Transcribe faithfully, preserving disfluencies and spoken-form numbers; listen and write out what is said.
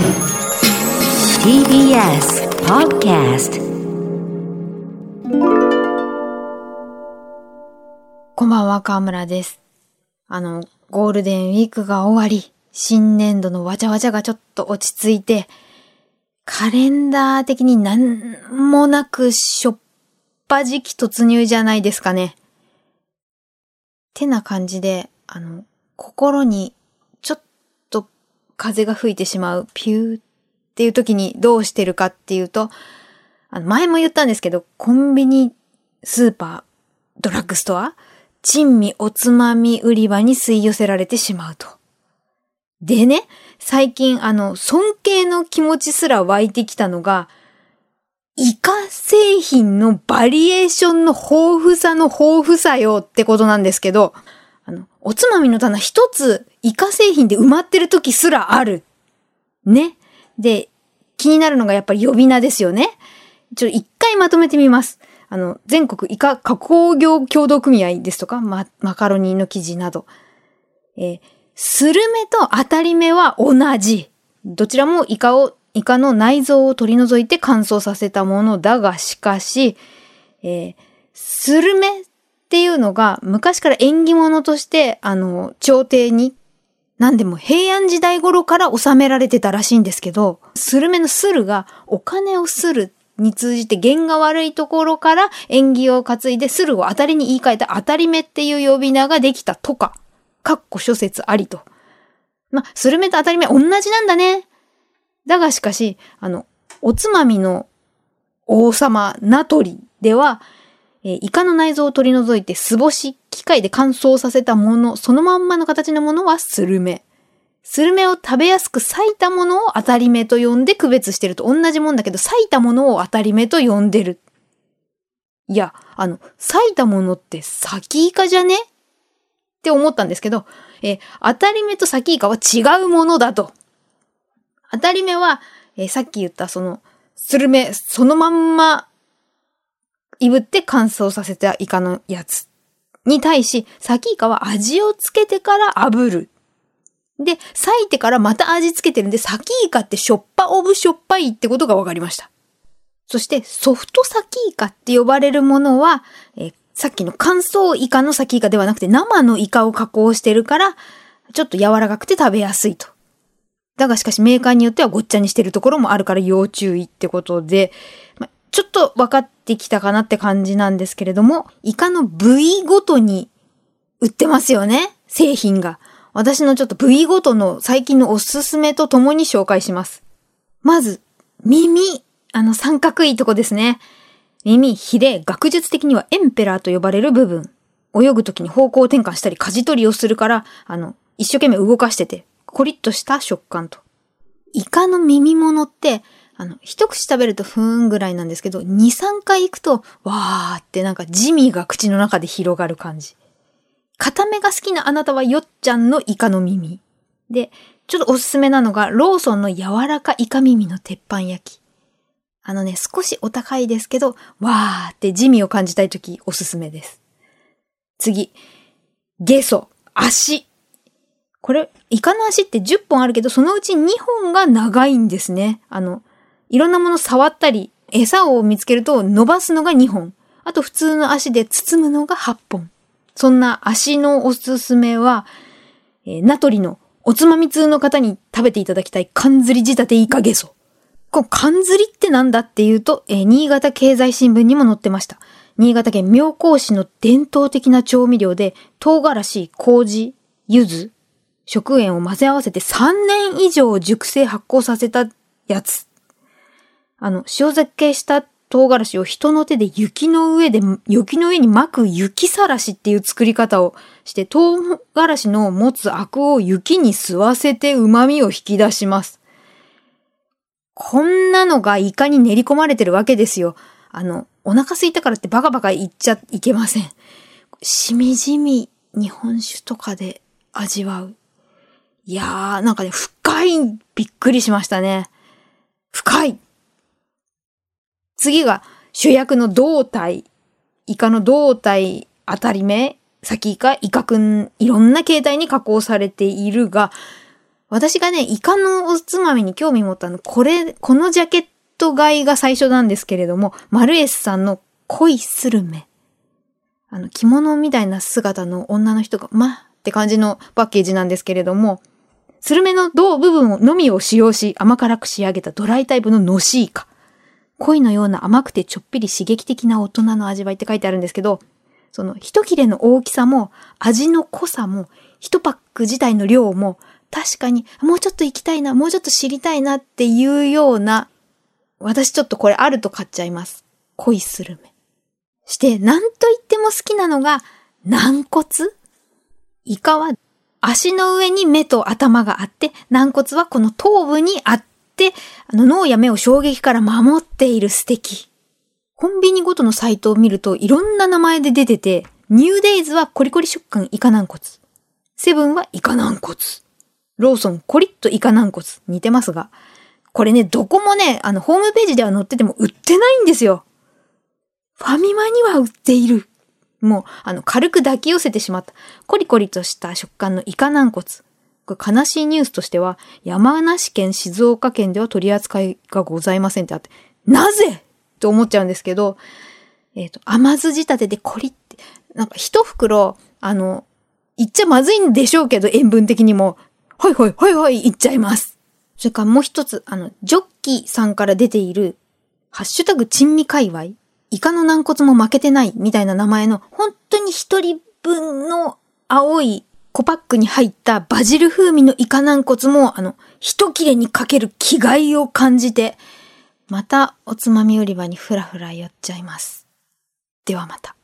ティービーエス Podcast。 こんばんは、川村です。あの、ゴールデンウィークが終わり、新年度のわちゃわちゃがちょっと落ち着いて、カレンダー的になんもなくしょっぱ時期突入じゃないですかね。てな感じで、あの、心にちょっと風が吹いてしまうピューっていう時にどうしてるかっていうと、あの前も言ったんですけど、コンビニ、スーパー、ドラッグストア、珍味おつまみ売り場に吸い寄せられてしまうと。でね、最近あの、尊敬の気持ちすら湧いてきたのが、イカ製品のバリエーションの豊富さの豊富さよってことなんですけど、あの、おつまみの棚一つイカ製品で埋まってる時すらある。ね。で、気になるのがやっぱり呼び名ですよね。ちょっと一回まとめてみます。あの、全国イカ加工業協同組合ですとか、マ、マカロニの生地など。えー、スルメと当たり目は同じ。どちらもイカを、イカの内臓を取り除いて乾燥させたものだが、しかし、えー、スルメっていうのが昔から縁起物として、あの、朝廷に、なんでも平安時代頃から収められてたらしいんですけど、スルメのスルがお金をするに通じて弦が悪いところから縁起を担いでスルを当たりに言い換えた当たり目っていう呼び名ができたとか、かっこ諸説ありと。まあ、スルメと当たり目同じなんだね。だがしかし、あの、おつまみの王様、名取では、えー、イカの内臓を取り除いて酢干し、機械で乾燥させたもの、そのまんまの形のものはスルメ。スルメを食べやすく裂いたものを当たり目と呼んで区別してると同じもんだけど、裂いたものを当たり目と呼んでる。いや、あの、裂いたものって先イカじゃねって思ったんですけど、えー、当たり目と先イカは違うものだと。当たり目は、えー、さっき言ったその、スルメ、そのまんま、いぶって乾燥させたイカのやつに対し、先イカは味をつけてから炙る。で、裂いてからまた味つけてるんで、先イカってしょっぱオブしょっぱいってことが分かりました。そして、ソフト先イカって呼ばれるものは、えー、さっきの乾燥イカの先イカではなくて生のイカを加工してるから、ちょっと柔らかくて食べやすいと。だがしかしメーカーによってはごっちゃにしてるところもあるから要注意ってことで、ま、ちょっと分かってきたかなって感じなんですけれども、イカの部位ごとに売ってますよね、製品が。私のちょっと部位ごとの最近のおすすめとともに紹介します。まず、耳。あの三角いとこですね。耳、ヒレ、学術的にはエンペラーと呼ばれる部分。泳ぐときに方向転換したり舵取りをするから、あの、一生懸命動かしてて、コリッとした食感と。イカの耳物って、あの、一口食べるとふーんぐらいなんですけど、に、さんかい行くと、わーってなんかジミーが口の中で広がる感じ。固めが好きなあなたはよっちゃんのイカの耳。で、ちょっとおすすめなのが、ローソンの柔らかイカ耳の鉄板焼き。あのね、少しお高いですけど、わーってジミーを感じたいときおすすめです。次。ゲソ、足。これ、イカの足ってじゅっぽんあるけど、そのうちにほんが長いんですね。あの、いろんなもの触ったり、餌を見つけると伸ばすのがにほん。あと普通の足で包むのがはっぽん。そんな足のおすすめは、えー、名取のおつまみ通の方に食べていただきたい缶ずり仕立てイカゲソ。この缶ずりってなんだっていうと、えー、新潟経済新聞にも載ってました。新潟県妙高市の伝統的な調味料で、唐辛子、麹、柚子、食塩を混ぜ合わせてさんねん以上熟成発酵させたやつ。あの、塩漬けした唐辛子を人の手で雪の上で、雪の上に巻く雪さらしっていう作り方をして、唐辛子の持つアクを雪に吸わせて旨味を引き出します。こんなのがイカに練り込まれてるわけですよ。あの、お腹空いたからってバカバカ言っちゃいけません。しみじみ日本酒とかで味わう。いやー、なんかね、深い、びっくりしましたね。深い。次が主役の胴体。イカの胴体、当たり目、先イカ、イカくん、いろんな形態に加工されているが、 私がね、イカのおつまみに興味持ったの、これ、このジャケット買いが最初なんですけれども、マルエスさんの恋スルメ。あの、着物みたいな姿の女の人が、まあ、って感じのパッケージなんですけれども、スルメの胴部分のみを使用し、甘辛く仕上げたドライタイプののしイカ。恋のような甘くてちょっぴり刺激的な大人の味わいって書いてあるんですけど、その一切れの大きさも、味の濃さも、一パック自体の量も、確かに、もうちょっと行きたいな、もうちょっと知りたいなっていうような、私ちょっとこれあると買っちゃいます。恋スルメ。して、なんと言っても好きなのが、軟骨？イカは足の上に目と頭があって、軟骨はこの頭部にあって、あの脳や目を衝撃から守っている素敵。コンビニごとのサイトを見るといろんな名前で出てて、ニューデイズはコリコリ食感イカ軟骨。セブンはイカ軟骨。ローソンコリッとイカ軟骨。似てますが。これね、どこもね、あの、ホームページでは載ってても売ってないんですよ。ファミマには売っている。もう、あの、軽く抱き寄せてしまった。コリコリとした食感のイカ軟骨。これ悲しいニュースとしては、山梨県、静岡県では取り扱いがございませんってあって、なぜと思っちゃうんですけど、えっと、甘酢仕立てでコリって、なんか一袋、あの、いっちゃまずいんでしょうけど、塩分的にも、はいはいはいはい、いっちゃいます。それからもう一つ、あの、ジョッキさんから出ている、ハッシュタグ珍味界隈。イカの軟骨も負けてないみたいな名前の本当に一人分の青い小パックに入ったバジル風味のイカ軟骨もあの一切れにかける気概を感じてまたおつまみ売り場にふらふら寄っちゃいます。ではまた。